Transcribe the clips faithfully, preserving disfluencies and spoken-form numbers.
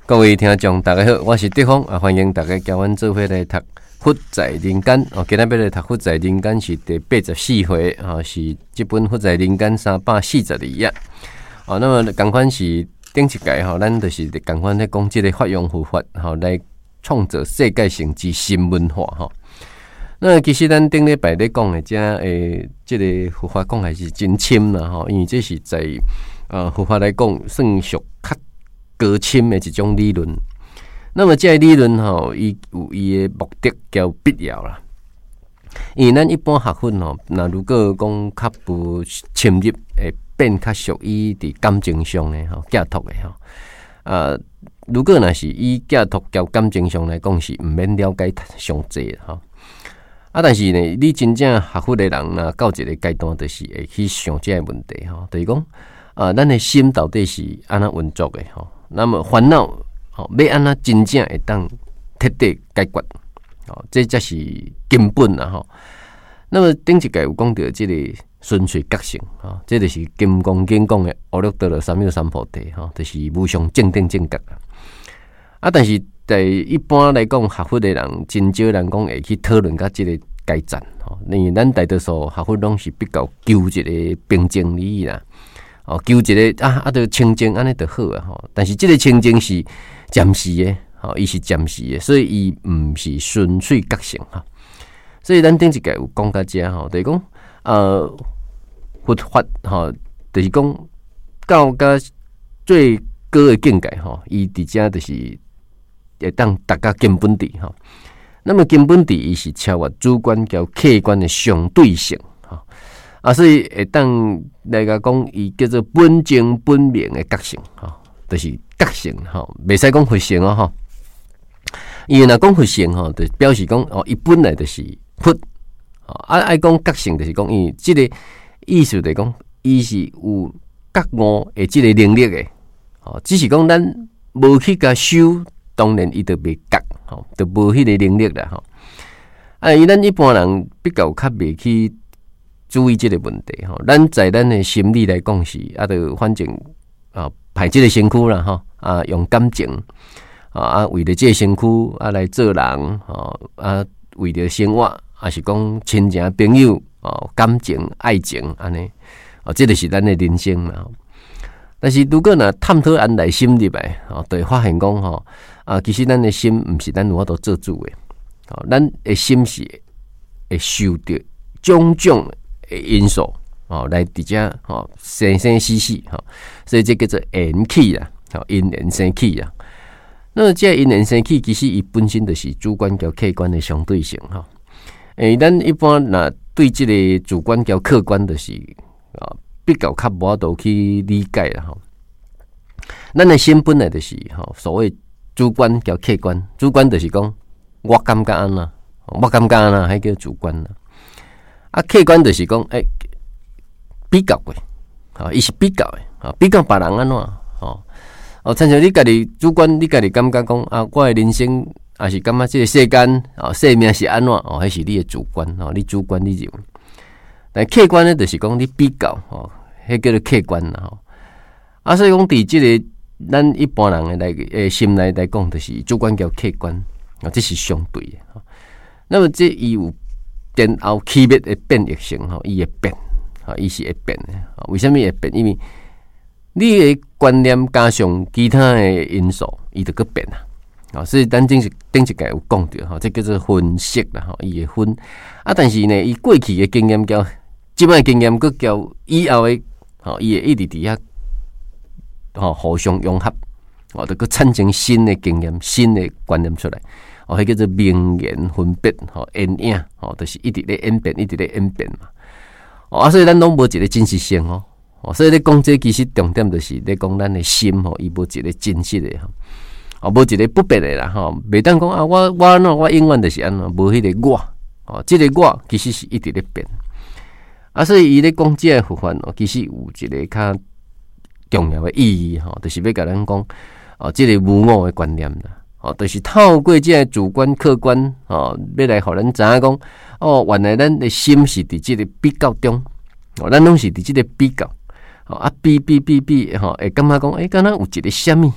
各位听众大家好，我是德峰啊，欢迎大家交阮做伙来读《佛在人间》哦。今日要来读《佛在人间》是第八十四回啊，是这本《佛在人间》三百四十二页哦。那么同款是顶一届吼，咱就是同款咧讲即个法用佛法吼，来创造世界性之新文化吼。那其实咱顶礼拜咧讲的这诶，即个佛法讲还是真深啦吼，因为这是在啊佛法来讲算属较高深的一种理论。那么这个理论吼，伊有伊的目的交必要啦。因为咱一般学问吼，那如果讲较不深入，会变较属于伫感情上的吼，寄托的吼。啊，如果若是以寄托交感情上来讲，是毋免了解上济吼。啊，但是呢，你真正学佛的人呐，到一个阶段，就是会去想这个问题吼，就是讲啊，咱的心到底是安怎运作的吼？那么烦恼吼，要安怎真正会当彻底解决？哦，这才是根本啦吼。那么顶一届有讲到这个纯粹觉性吼，这就是金刚经讲的阿耨多罗三藐三菩提吼，就是无上正等正觉啊。但是在一般来讲，学佛的人真少人讲会去讨论到这个阶层吼，因为咱大多数学佛拢是比较求一个平静理啦，哦，求一个啊啊，着清净安尼就好啊吼。但是这个清净是暂时的，吼，伊是暂时的，所以伊毋是纯粹觉性哈。所以咱顶一届有讲到这吼，就是讲呃佛法吼，就是讲到甲最高的境界吼，伊伫遮就是会当达到根本地吼。那么根本地伊是超越主观交客观的相对性吼啊，所以会当来个讲伊叫做本正本明的觉性吼，就是觉性吼，袂使讲佛性哦吼。伊若讲佛性吼，就表示讲哦，伊本来就是佛啊，爱讲觉性就是讲伊即个意思就是讲伊是有觉悟的即个能力的哦，只是讲咱无去甲修。当然，伊就袂觉吼，就无迄个能力啦吼。啊，伊咱一般人比较较袂去注意即个问题吼。咱在咱的心理来讲是啊，就反正啊，排即个身躯啦吼，啊，用感情啊啊，为了即个身躯啊来做人吼啊，为了生活啊是讲亲情朋友哦，感情爱情安尼哦，这就是咱的人生啦。但是如果若探讨咱内心入来吼，就会发现讲吼。啊，其实咱的心毋是咱有法度做主的，哦，咱的心是会受到种种的因素哦来伫遮哦生生死死吼，所以这叫做缘起啦，吼因缘生起啦。那么这因缘生起，其实伊本身就是主观交客观的相对性吼。诶，咱一般若对这个主观交客观的是啊比较较无法度去理解啦吼。咱的心本来就是吼所谓。主观叫客观，主观就是讲我感觉安那，我感觉安那，还叫主观啦。啊，客观就是讲，诶、欸，比较过，啊，伊是比较诶，啊，比较别人安怎，哦，哦，亲像你家己主观，你家己感觉讲啊，我诶人生也是感觉这个世间啊，生命是安怎，哦，还是你诶主观，哦，你主观你认为。但客观咧，就是讲你比较，哦，迄叫做客观啦，吼。啊，所以讲伫即个。咱一般人的来诶心内来讲，就是主观交客观啊，这是相对的。那么这伊有前后区别的变异性吼，伊会变啊，伊是会变的。为什么会变？因为你的观念加上其他的因素，伊就个变啊。啊，所以咱顶一顶一届有讲到吼，这叫做分析啦吼，伊会分啊。但是呢，伊过去的经验交即摆经验，佮交以后的吼，伊会一直伫遐。吼，互相融合，哦，就个产生新的经验、新的观念出来，哦，迄叫做明言分别，吼，演影，哦，就是一直咧演变，一直咧演变嘛，哦，啊，所以咱拢无一个真实性哦，哦，所以咧讲这其实重点就是咧讲咱的心吼，伊无一个真实的吼，哦，无一个不变的啦，吼，袂当讲啊，我我喏，我永远就是安怎，无迄个我，哦，这个我其实是一直咧变，啊，所以伊咧讲这个佛法哦，其实有一个较。重要的意义吼，就是要甲咱讲哦，这个无我的观念啦，哦，就是透过这个主观客观哦，要来互咱知影讲哦，原来咱的心是伫这个比较中，哦，咱拢是伫这个比较，哦啊比比比比吼，会感觉讲诶，敢若有一个什么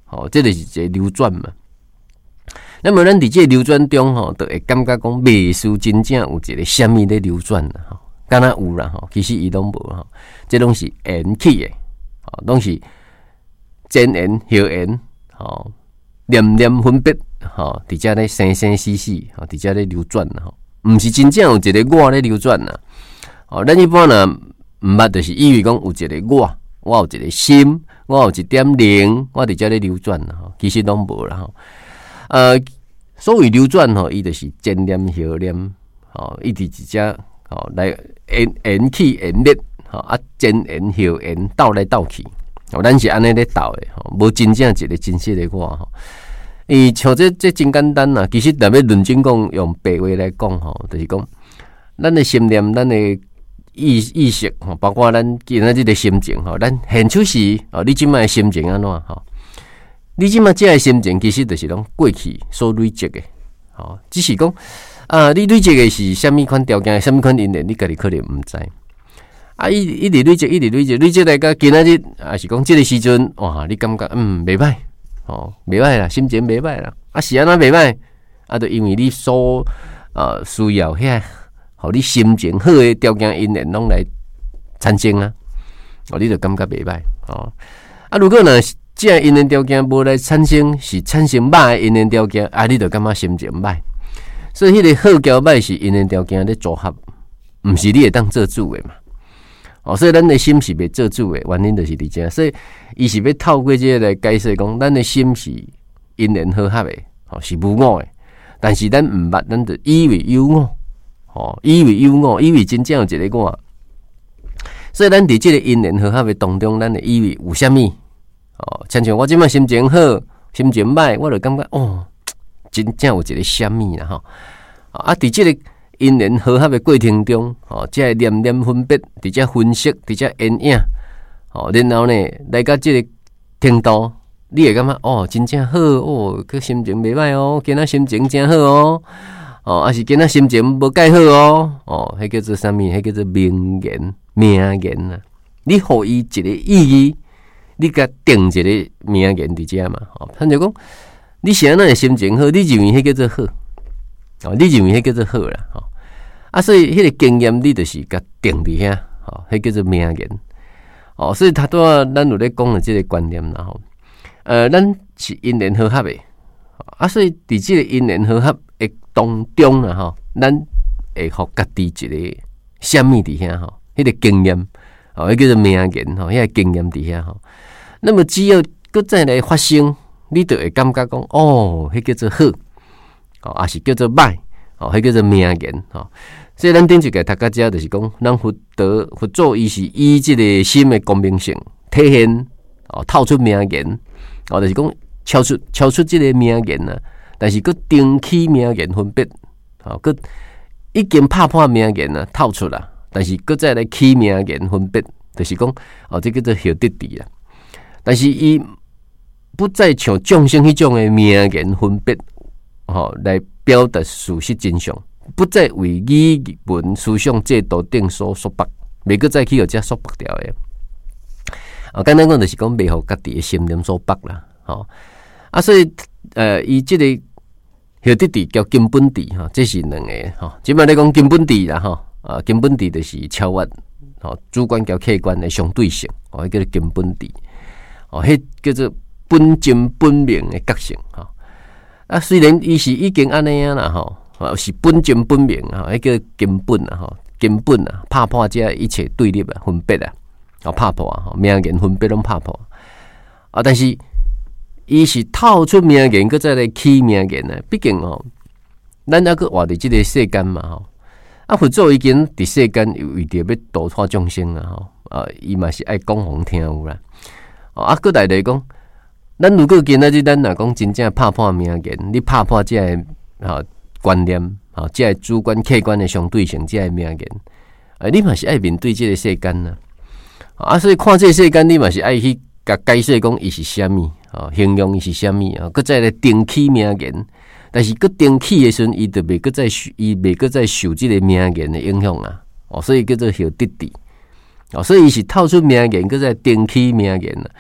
吼，这就是一个流转嘛。那么咱伫这个流转中吼，就会感觉讲未输真正有一个虾米咧流转啦吼，敢若有啦吼，其实伊拢无吼，这拢是缘起的，吼，拢是前缘后缘，吼，念念分别，吼，伫遮咧生生死死，吼，伫遮咧流转啦吼，毋是真正有一个我咧流转啦，吼，咱一般呢毋捌就是以为讲有一个我，我有一个心，我有一点灵，我伫遮咧流转啦吼，其实拢无啦吼，呃。所谓流转吼，伊就是前念后念，吼，一直直接吼来缘缘起缘灭，吼啊前缘后缘斗来斗去，吼，咱是安尼咧斗的，吼，无真正一个真实的我吼。伊像这这真简单啦，其实若要认真讲，用白话来讲吼，就是讲咱的心念，咱的意意识吼，包括咱今仔日的心情吼，咱现出时哦，你即摆心情安怎吼？你即马这个心情，其实就是拢过去所累积的，吼，只是讲啊，你累积的是虾米款条件，虾米款因缘，你家己可能毋知。啊，一一直累积，一直累积，累积来到今仔日，啊是讲这个时阵，哇，你感觉嗯袂歹，吼袂歹啦，心情袂歹啦，啊是安怎袂歹？啊，就因为你所呃需要遐，互你心情好的条件因缘拢来产生啊，哦，你就感觉袂歹，哦，啊，如果呢？这个因缘条件无来产生，是产生歹的因缘条件，啊，你就感觉心情歹。所以，迄个好交歹是因缘条件咧组合，毋是你会当做主的嘛。哦，所以咱的心是袂做主的，原因就是伫这。所以，伊是要透过这个来解释讲，咱的心是因缘和合的，哦，是无我的。但是咱毋捌，咱就以为有我，哦，以为有我，以为真正有一个我。所以，咱伫这个因缘和合的当中，咱会以为有啥物？哦，亲像我即摆心情好，心情歹，我就感觉哦，真正有一个虾米啦吼。啊，伫即个因缘和合的过程中，哦，即个念念分别，伫遮分析，伫遮演影，哦，然后呢，来到即个程度，你会感觉哦，真正好哦，佮心情袂歹哦，今仔心情真好哦，哦，还是今仔心情无介好哦，哦，迄叫做啥物？迄叫做名言、名言啊！你互伊一个意义。你甲定一个名言伫遮嘛？哦，他就讲，你是安那心情好，你认为迄叫做好，哦，你认为迄叫做好啦，吼、哦、啊，所以迄个经验你就是甲定伫遐，吼、哦，迄叫做名言，哦，所以他拄仔咱有咧讲的即个观念啦，吼，呃，咱是因缘和合的，啊，所以伫即个因缘和合的当中啦，吼，咱会互家己一个什么伫遐，吼，迄个经验。哦，迄叫做名言吼，迄个经验伫遐吼。那么只要搁再来发生，你就会感觉讲，哦，迄叫做好，哦，也是叫做歹，哦，迄叫做名言吼。所以咱顶一个读到遮，就是讲，咱佛陀佛祖伊是以即个心的光明性体现，哦，透出名言，哦，就是讲超出超出即个名言啊，但是搁定起名言分别，哦，搁已经拍破名言啊，透出啦。但是，搁再来起名言分别，就是讲哦，这叫做后得地啦。但是，伊不再像众生迄种的名言分别，哦，来表达事实真相，不再为语文思想制度定所束缚，袂搁再去有遮束缚掉的。啊，简单讲就是讲，袂互家己的心念所绑啦。哦，啊，所以呃，伊即个后得地叫根本地哈，这是两个哈。即摆咧讲根本地啦哈。啊，根本地就是超越哦，主观交客观的相对性，哦，迄叫做根本地，哦，迄叫做本真本明的觉性，哈、哦。啊，虽然伊是已经安尼啊啦，吼、哦，是本真本明啊，迄叫根本啊，吼，根本啊，拍破这一切对立啊、分别啊，哦，拍破啊，名言分别拢拍破啊，但是伊是透出名言，搁再来起名言啊，毕竟哦，咱还搁活伫即个世间嘛，吼。啊，佛祖已经伫世间有为着要度化众生啊，吼，啊，伊嘛是爱讲互听有啦。啊，搁来来讲，咱如果今仔日咱若讲真正拍破名言，你拍破这个啊观念，啊，这个主观客观的相对性，这个名言，啊，你嘛是爱面对这个世间呐。啊，所以看这个世间，你嘛是爱去甲解释讲伊是啥物，啊，形容伊是啥物啊，搁再来定起名言。但是，佮定起的时阵，伊就袂佮再伊袂佮再受即个名言的影响啊！哦，所以叫做后得地哦，所以伊是透出名言，佮再定起名言啊。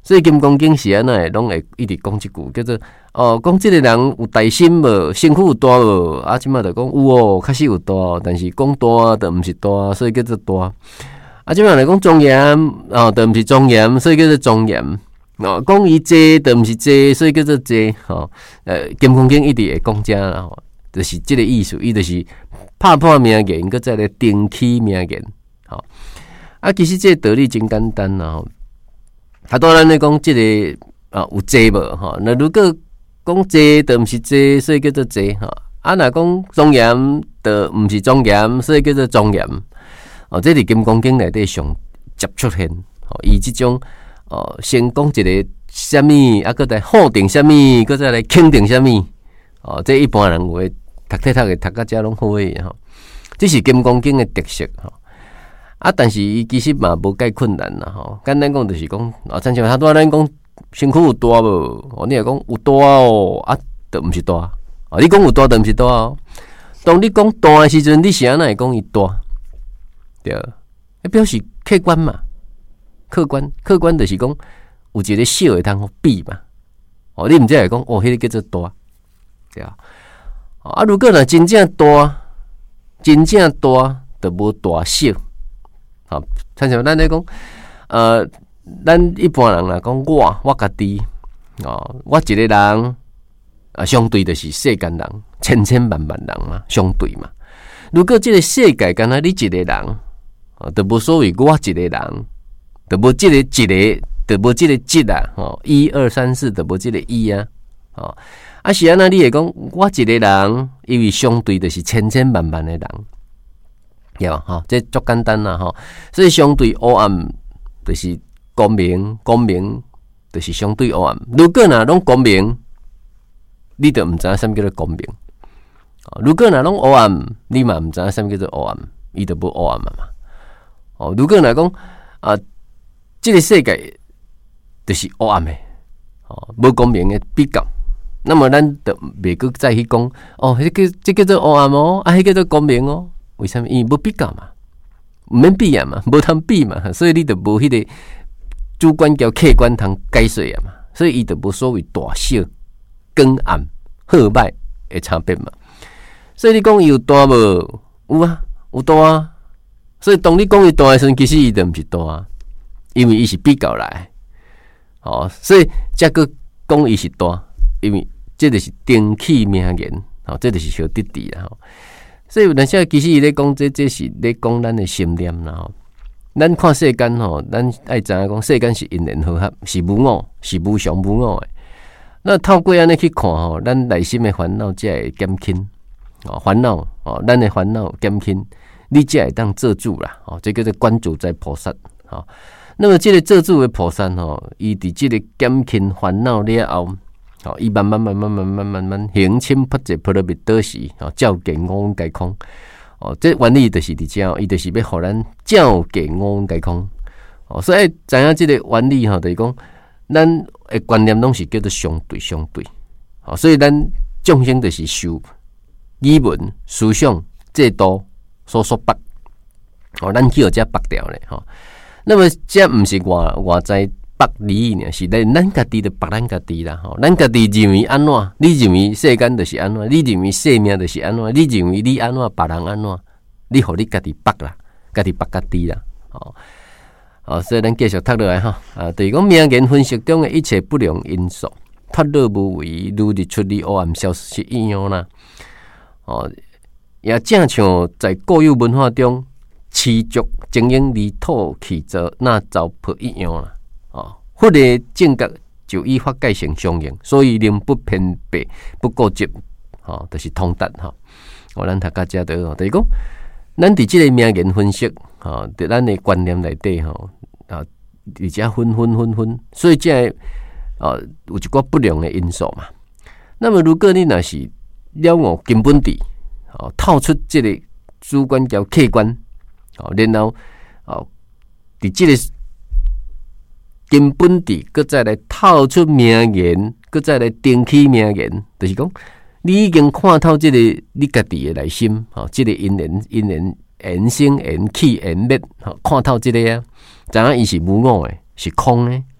所以金刚经是安那拢会一直讲一句叫做哦，讲这个人有大心无，身躯有大无？啊，即马就讲有哦，确实有大，但是讲大就毋是大，所以叫做大。啊，即马来讲庄严哦，就毋是庄严，所以叫做庄严。哦，讲伊济就毋是济，所以叫做济。吼，呃，金刚经一直会讲遮啦，吼，就是即个意思，伊就是拍破名言，搁再来定起名言。吼，啊，其实这个道理真简单啦，吼。他当然咧讲即个啊有济无吼，那如果讲济就毋是济，所以叫做济吼。啊，若讲庄严就毋是庄严，所以叫做庄严。哦，这伫金刚经内底上接出现。哦，伊即种哦，先讲一个什么，啊，搁再否定什么，搁再来肯定什么。哦，这一般人有诶读体读诶读到遮拢好诶吼。这是金刚经诶特色吼。啊，但是伊其实嘛无介困难啦吼。简单讲就是讲，啊，亲像他拄仔咱讲身躯有大无？哦，你若讲有大哦，啊，就毋是大。啊，你讲有大就毋是大哦。当你讲大诶时阵，你是安那会讲伊大？对，迄表示客观嘛，客观客观就是讲有一个小诶通好比嘛。哦，你毋才会讲哦，迄、那个叫做大，对啊。啊，如果若真正大，真正大，就无大小。好，参像咱咧讲，呃，咱一般人来讲，我我家己哦，我一个人啊，相对就是世间人，千千万万人嘛，相对嘛。如果这个世界敢若你一个人，啊，就无所谓我一个人，就无这个一个，就无这个一啊，哦，一二三四，就无这个一啊，哦，啊是安那你会讲，我一个人，因为相对就是千千万万的人。对吧？哈，这足简单啦，哈。所以相对黑暗就是光明，光明就是相对黑暗。如果若拢光明，你就唔知影什么叫做光明。如果若拢黑暗，你嘛唔知影什么叫做黑暗，伊就无黑暗嘛。哦，如果若讲啊，这个世界就是黑暗的，哦，无光明的比较，那么咱就袂搁再去讲哦，迄个这叫做黑暗哦，啊，迄叫做光明哦。为什么？因为无比较嘛，毋免比啊嘛，无通比嘛，所以你就无迄个主观交客观通解说啊嘛，所以伊就无所谓大小、光暗、好歹的差别嘛。所以你讲伊有大无？有啊，有大啊。所以当你讲伊大的时阵，其实伊就毋是大啊，因为伊是比较来。哦，所以才个讲伊是大，因为这就是定起名言，哦，这就是小弟弟啦。所以有阵时其实伊咧讲，这这是咧讲咱的心念啦吼。咱看世间吼，咱爱知影讲世间是因缘和合，是无我，是无常无我的。那透过安尼去看吼，咱内心的烦恼才会减轻。哦，烦恼哦，咱的烦恼减轻，你才会当做主啦。哦，这叫做观自在菩萨。哦，那么这个做主的菩萨吼，伊伫这个减轻烦恼了后。哦，伊慢慢慢慢慢慢慢慢行深不竭波罗蜜多时，哦，照见五蕴皆空。哦，这原理就是伫遮，伊就是要互咱照见五蕴皆空。哦，所以知影这个原理吼，就是讲咱的观念拢是叫做相对相对。哦，所以咱众生就是受语文、思想、制度所束缚。哦，咱去互遮绑掉咧，吼。那么这毋是外外在。绑你呢是咱咱家己的绑咱家己啦吼，咱家己认为安怎，你认为世间就是安怎，你认为生命就是安怎，你认为你安怎，别人安怎，你互你家己绑啦，家己绑家己啦，哦，哦，所以咱继续读落来哈，啊，就是讲名言分析中的一切不良因素，脱落无为，如日出离黑暗消失一样啦，哦，也正像在国有文化中，持续经营离土气泽那糟粕一样啦。哦，佛的正觉就依法界成相应，所以令不偏僻、不固执，哦，就是通达哈。我咱读到遮的哦，就是讲，咱伫即个名言分析，哦，伫咱的观念内底吼，啊，而且分分分分，所以这哦有一寡不良的因素嘛。那么如果你若是了悟根本地，哦，套出这个主观交客观，哦，然后哦，伫即个根本地，搁再来套出名言，搁再来定起名言，就是讲，你已经看透这个你家己的内心，吼，这个因缘因缘缘生缘起缘灭，吼，看透这个啊，知影伊是无我的，是空的，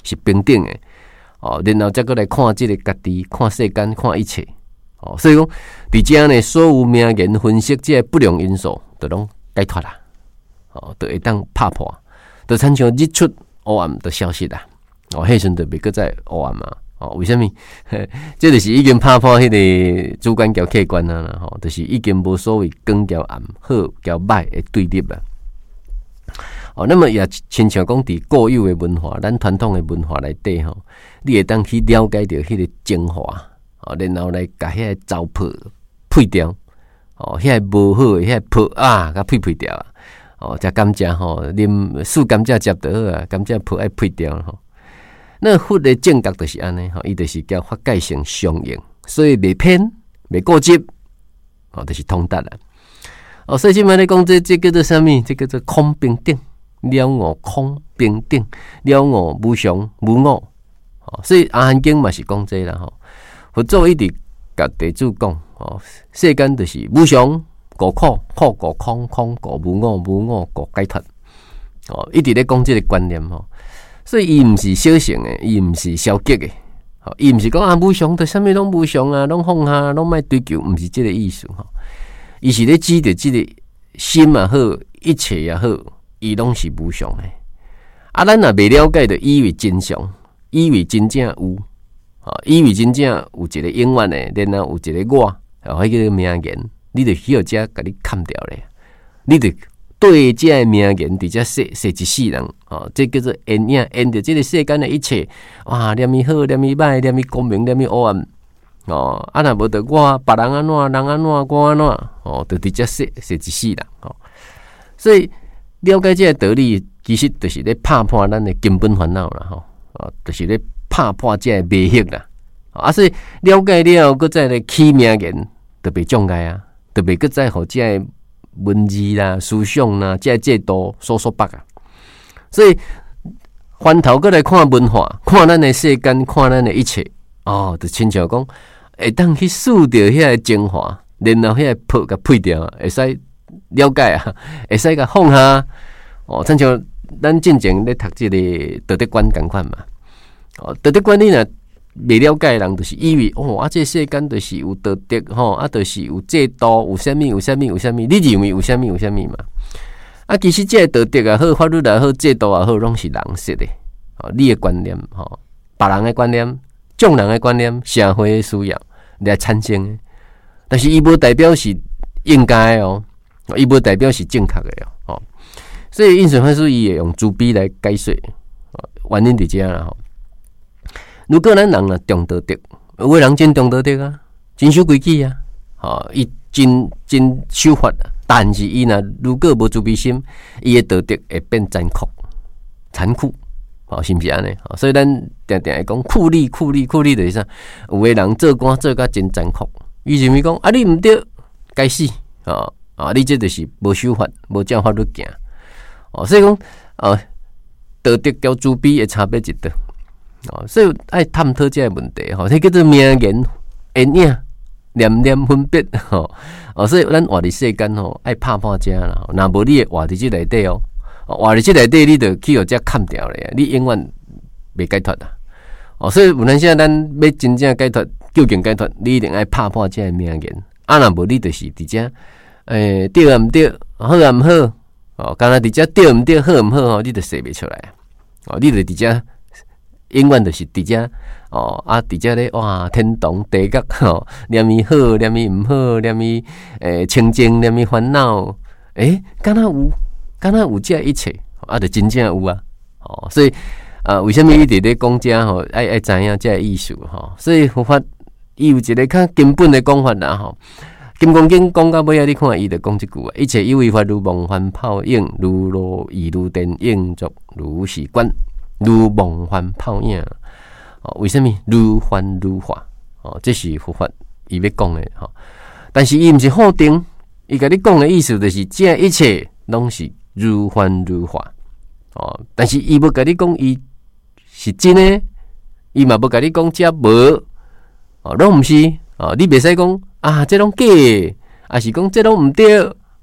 是平等的哦，然后再过来看这个家己，看世间，看一切哦。所以讲，伫遮呢，所有名言分析这不良因素，都拢解脱啦，哦，都会当拍破，都亲像日出黑暗的消息啦，哦，迄阵就袂搁再黑暗嘛。哦，为什么？这就是已经拍破迄个主观交客观啊啦，吼，就是已经无所谓光交暗、好交歹的对立啦。哦，那么也亲像讲伫固有的文化，咱传统的文化内底吼，你会当去了解到迄个精华，哦，然后来甲遐个糟粕配掉，哦，遐个无好的遐个粕啊，甲配配掉啊，哦，食甘蔗吼，啉素甘蔗汁就好啊，甘蔗粕爱配掉吼。那佛的正觉就是安尼，吼，伊就是叫法界性相应，所以袂偏袂固执，哦，就是通达啦。哦，所以即摆咧讲这这叫做啥物？这叫做空平等，了悟空平等，了悟无常无我。哦，所以阿含经嘛是讲这啦吼。佛祖一直甲地主讲，哦，世间就是无常、无苦、苦无空、空无无我、无我无解脱。哦，一直咧讲这个观念吼。所以伊毋是小乘的，伊毋是消极的，吼，伊毋是讲啊无常，对啥物拢无常啊，拢放下，拢莫追求，毋是这个意思吼。伊是咧指着这个心也好，一切也好，伊拢是无常的。啊，咱若未了解着以为真相，以为真正有，吼，以为真正有一个永远的，然后有一个我，吼，迄个名言，你着需要遮甲你砍掉咧，你着。对这个名言，伫遮说说一世人，哦，这叫做缘影，缘着这个世间的一切，哇，念伊好，念伊歹，念伊光明，念伊黑暗，哦，啊，若无得我，别人安怎，人安怎，我安怎，哦，就伫遮说说一世人，哦，所以了解这个道理，其实就是咧拍破咱的根本烦恼啦，吼，哦，就是咧拍破这个迷惑啦，啊，所以了解了后，搁再来起名言，就被障碍啊，就被搁再互这个。文字啦、思想啦，这制度所说白啊，所以翻头过来看文化，看咱的世间，看咱的一切，哦，就亲像讲，会当去数着遐个精华，然后遐个破甲配掉，会使了解啊，会使甲放下，哦，亲像咱进前咧读这个道德观共款嘛，哦，道德观你若未了解的人，就是以为哦，啊，这世间就是有道德吼，啊，就是有制度，有啥物，有啥物，有啥物，你认为有啥物，有啥物嘛？啊，其实这道德也好，法律也好，制度也好，拢是人设的。哦，你的观念，吼，别人的观念，众人的观念，社会的需要来产生的。但是伊无代表是应该哦，伊无代表是正确的哦。所以印顺法师伊会用慈悲来解说，原因伫遮啦吼。如果咱人啊重道德，有个人真重道德啊，真守规矩啊，吼，伊真真守法，但是伊若如果无慈悲心，伊的道德会变残酷、残酷，吼，是毋是安尼？所以咱定定会讲酷吏、酷吏、酷吏就是啥？有个人做官做甲真残酷，伊认为讲啊，你毋对，该死，哦啊，你这就是无守法，无照法律行，哦，所以讲，哦，道德交慈悲的差别一道。哦，所以爱探讨这个问题吼，迄叫做名言、缘影、念念分别吼。哦，所以咱活伫世间吼，爱拍破遮啦。若无你活伫即内底哦，活伫即内底，你就去互遮砍掉咧，你永远袂解脱啦。哦，所以有阵时咱要真正解脱、究竟解脱，你一定爱拍破遮个名言。啊，若无你就是伫遮，诶，对啊毋对，好啊毋好，哦，敢若伫遮对毋对，好毋好吼，你就说袂出来。哦，你就伫遮。永远就是伫遮哦，啊，伫遮咧哇，天堂地狱吼，念伊好，念伊毋好，念伊诶清净，念伊烦恼，诶，敢若有，敢若有这一切，啊，就真正有啊，哦，所以啊，为什么伊直咧讲遮吼，爱爱知影这意思吼？所以佛法伊有一个较根本的讲法啦吼。金刚经讲到尾啊，你看伊就讲一句啊：一切有为法，如梦幻泡影，如露亦如电影作，如是观。如梦幻泡影，哦，为什么如幻如化？哦，这是佛法伊要讲的哈。但是伊毋是否定，伊甲你讲的意思就是，这一切拢是如幻如化。哦，但是伊无甲你讲，伊是真的，伊嘛无甲你讲这无，哦，拢毋是。哦，你袂使讲啊，这拢假的，啊是讲这拢毋对，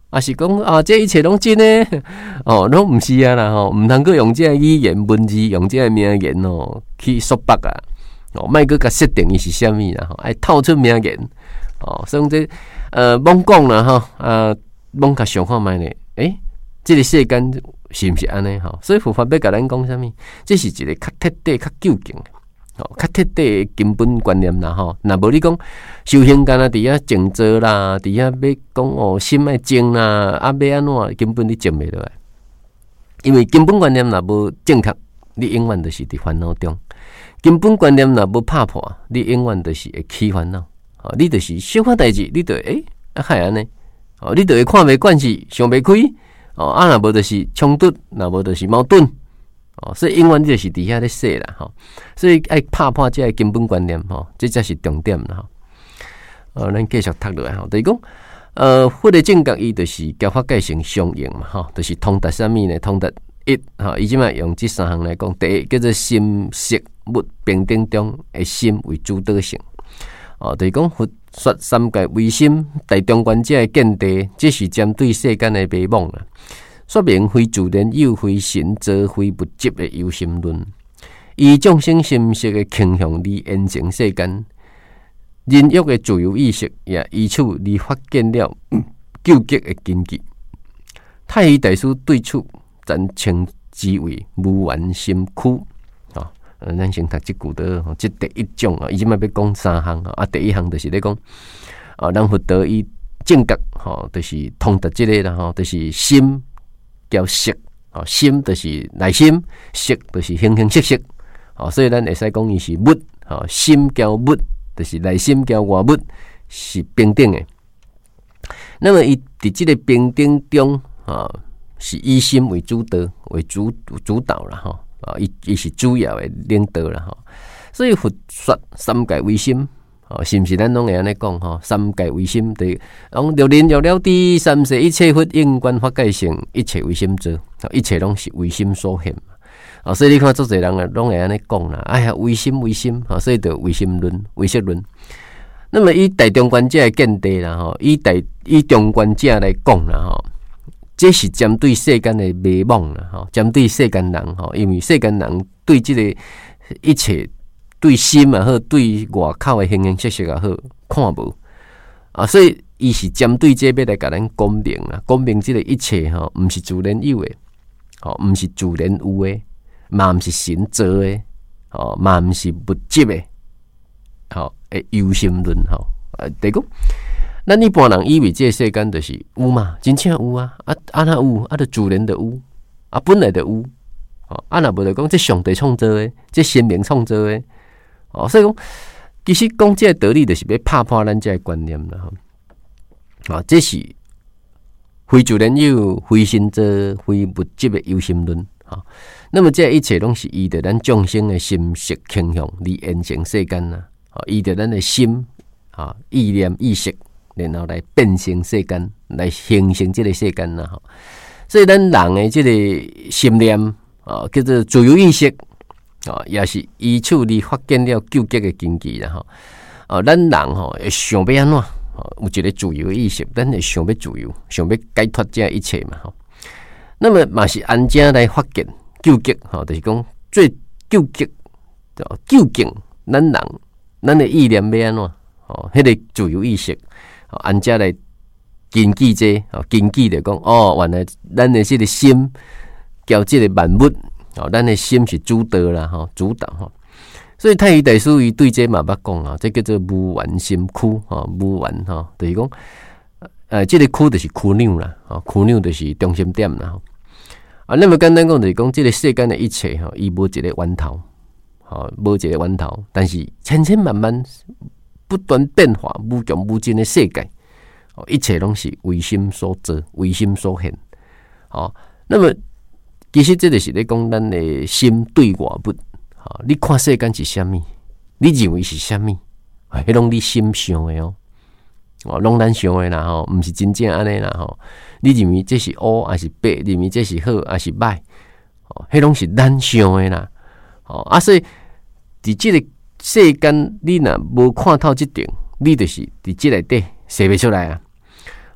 啊是讲啊，这一切拢真诶，哦，拢毋是啊啦吼，毋通个用这语言文字，用这名言哦去说白啊，哦，莫个甲设定伊是啥物啦，吼，爱透出名言，哦，所以这呃，罔讲啦吼，啊，罔甲想看觅咧，诶，这个世间是毋是安尼吼？所以佛法要甲咱讲啥物？这是一个较彻底、较究竟。较彻底的根本观念啦吼，若无你讲修行干啊，伫遐静坐啦，伫遐要讲哦心爱静啦，啊要安怎根本你静袂落来，因为根本观念若无正确，你永远就是伫烦恼中；根本观念若无拍破，你永远就是会起烦恼。哦，你就是小可代志，你就诶啊害安尼，哦，你就会看袂惯势，想袂开，哦啊若无就是冲突，若无就是矛盾。哦，所以永远你就是伫遐咧说啦，吼，所以爱拍破这个根本观念，吼，这才是重点啦，吼。呃，咱继续读落来，吼，就是讲，呃，佛的正觉伊就是教法界成相应嘛，吼，就是通达啥物呢？通达一，吼，伊即摆用这三项来讲，第一叫做心识物平等中的心为主导性，哦，就是讲佛说三界唯心大中观者的见地，这是针对世间的迷惘啦。说明非自然有，非神则非物质的有心论，以众生心识的倾向而现成世间，人欲的自由意识也依此而发现了究极的根基。太虚大师对此暂称之为无缘心区。啊，咱先读这句的，这第一种啊，伊即摆要讲三项啊，第一项就是咧讲啊，咱佛道以正觉，吼，就是通达这个啦，吼，就是心。叫识，哦，心就是内心，识就是形形色色，哦，所以咱会使讲伊是物，哦，心叫物，就是内心叫外物，是平等的。那么伊伫即个平等中，啊、哦，是以心为主导，为主主导啦，吼，啊，伊伊是主要的领导啦，吼。所以佛说三界唯心。哦，是毋是咱拢会安尼讲吼？三界唯心，对，讲六人有了知，三世一切佛应观法界性，一切唯心造，一切拢是唯心所现嘛。哦，所以你看，做侪人啊，拢会安尼讲啦。哎呀，唯心唯心，哦，所以就唯心论、唯识论。那么以大中观者的见地啦，吼，以大以中观者来讲啦，吼，这是针对世间的迷惘啦，吼，针对世间人，吼，因为世间人对这个一切。对心也好，对外口的形形色色也好，看无啊，所以伊是针对这要来甲咱讲明啦，讲明这个一切吼，毋是自然有的，吼，毋是自然有的，嘛毋是神造的，吼，嘛毋是物质的，吼，诶，有心论吼，啊，第二个，咱一般人以为这个世间就是有嘛，真正有啊，啊，啊那有，啊，就自然的有，啊，本来就有，哦，啊，若无就讲这上帝创造的，这神明创造的。哦，所以讲，其实讲这个道理，就是要拍破咱这个观念啦。哈，啊，这是非自然有、非神造、非物质的有心论。哈，那么这一切拢是依着咱众生的心识倾向而现成世间呐。啊，依着咱的心啊、意念、意识，然后来变成世间，来形成这个世间呐。哈，所以咱人的这个心念啊，叫做自由意识。哦，也是依此而发现了究极的根基啦吼。哦，咱人吼会想要安怎？哦，有一个自由的意识，咱会想要自由，想要解脱这一切嘛吼。那么嘛是安怎来发现究极？吼，就是讲最究极，究竟咱人咱的意念要安怎？哦，迄个自由意识，哦，安怎来根基这？哦，根基就讲哦，原来咱的这个心叫这个万物。哦，咱的心是主导啦，吼，主导吼，所以太虚大师伊对这嘛捌讲啊，这叫做无缘心区，吼，无缘吼，就是讲，呃，这个区就是枢纽啦，吼，枢纽就是中心点啦，吼，啊，那么简单讲就是讲，这个世间的一切吼，伊无一个源头，吼，无一个源头，但是千千万万不断变化、无穷无尽的世界，哦，一切拢是唯心所造、唯心所现，好，那么。其实这就是咧讲咱的心对外物，哈，你看世间是啥物，你认为是啥物，迄拢你心想的哦，哦，拢咱想的啦吼，毋是真正安尼啦吼。你认为这是乌还是白？认为这是好还是歹？哦，迄拢是咱想的啦。哦，啊，所以伫这个世间，你若无看透这点，你就是伫这内底写不出来啊。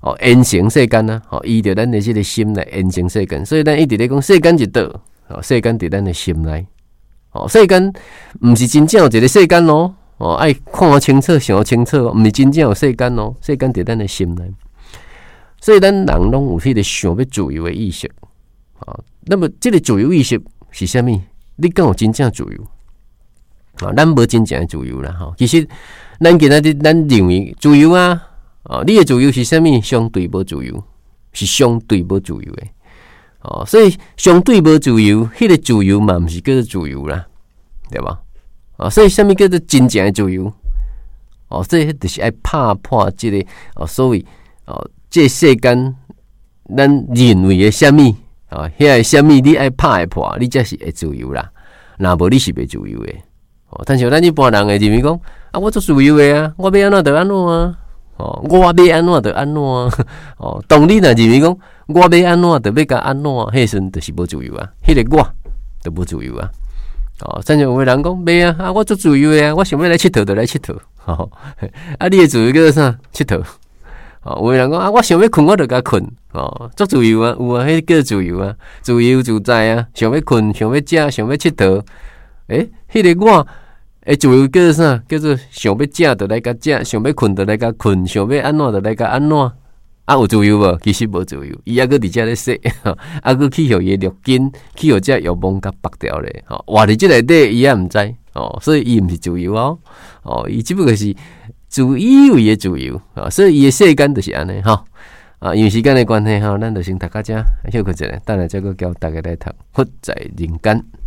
哦，缘成世间啊，哦，依着咱的这个心来缘成世间，所以咱一直咧讲世间一道，哦，世间伫咱的心内，哦，世间毋是真正有一个世间咯，哦，爱看清楚、想清楚，毋是真正有世间咯，世间伫咱的心内，所以咱人拢有迄个想要自由的意识，啊，那么这个自由意识是啥物？你敢有真正自由？啊，咱无真正的自由啦，吼，其实咱今仔日咱认为自由啊。哦，你的自由是啥物？相对无自由，是相对无自由的。哦，所以相对无自由，迄、那个自由嘛，毋是叫做自由啦，对吧？啊，所以啥物叫做真正的自由？哦，所以就是爱拍破这个哦，所谓哦，这世间咱认为的啥物啊？遐个啥物你爱拍会破，你才是会自由啦。若无你是袂自由的。哦，但是咱一般人会认为讲啊，我做自由的啊，我要安怎就安怎啊。哦，我要安怎就安怎啊！哦，当你若认为讲我要安怎就要甲安怎，迄时阵就是无自由啊！迄、那个我就无自由啊！哦，甚至有个人讲袂啊，啊我做自由的啊，我想要来佚佗就来佚佗。哦，啊你的自由叫做啥？佚佗。哦，有个人讲啊，我想要困我就甲困。哦，做自由啊，有啊，迄叫做自由啊，自由自在啊，想要困，想要食，想要佚佗。诶，迄、那个我。诶，自由叫做啥？叫做想要食就来甲食，想要困就来甲困，想要安怎就来甲安怎。啊，有自由无？其实无自由，伊还阁伫遮咧说，啊，阁去互伊录筋，去互遮药网甲绑掉咧。吼，活伫即内底，伊也毋知。哦，所以伊毋是自由哦。哦，伊只不过是自以为的自由。啊，所以伊的世间就是安尼吼。啊，因为时间的关系吼，咱就先读到遮，休困一下，等下再阁交大家来读《佛在人间》。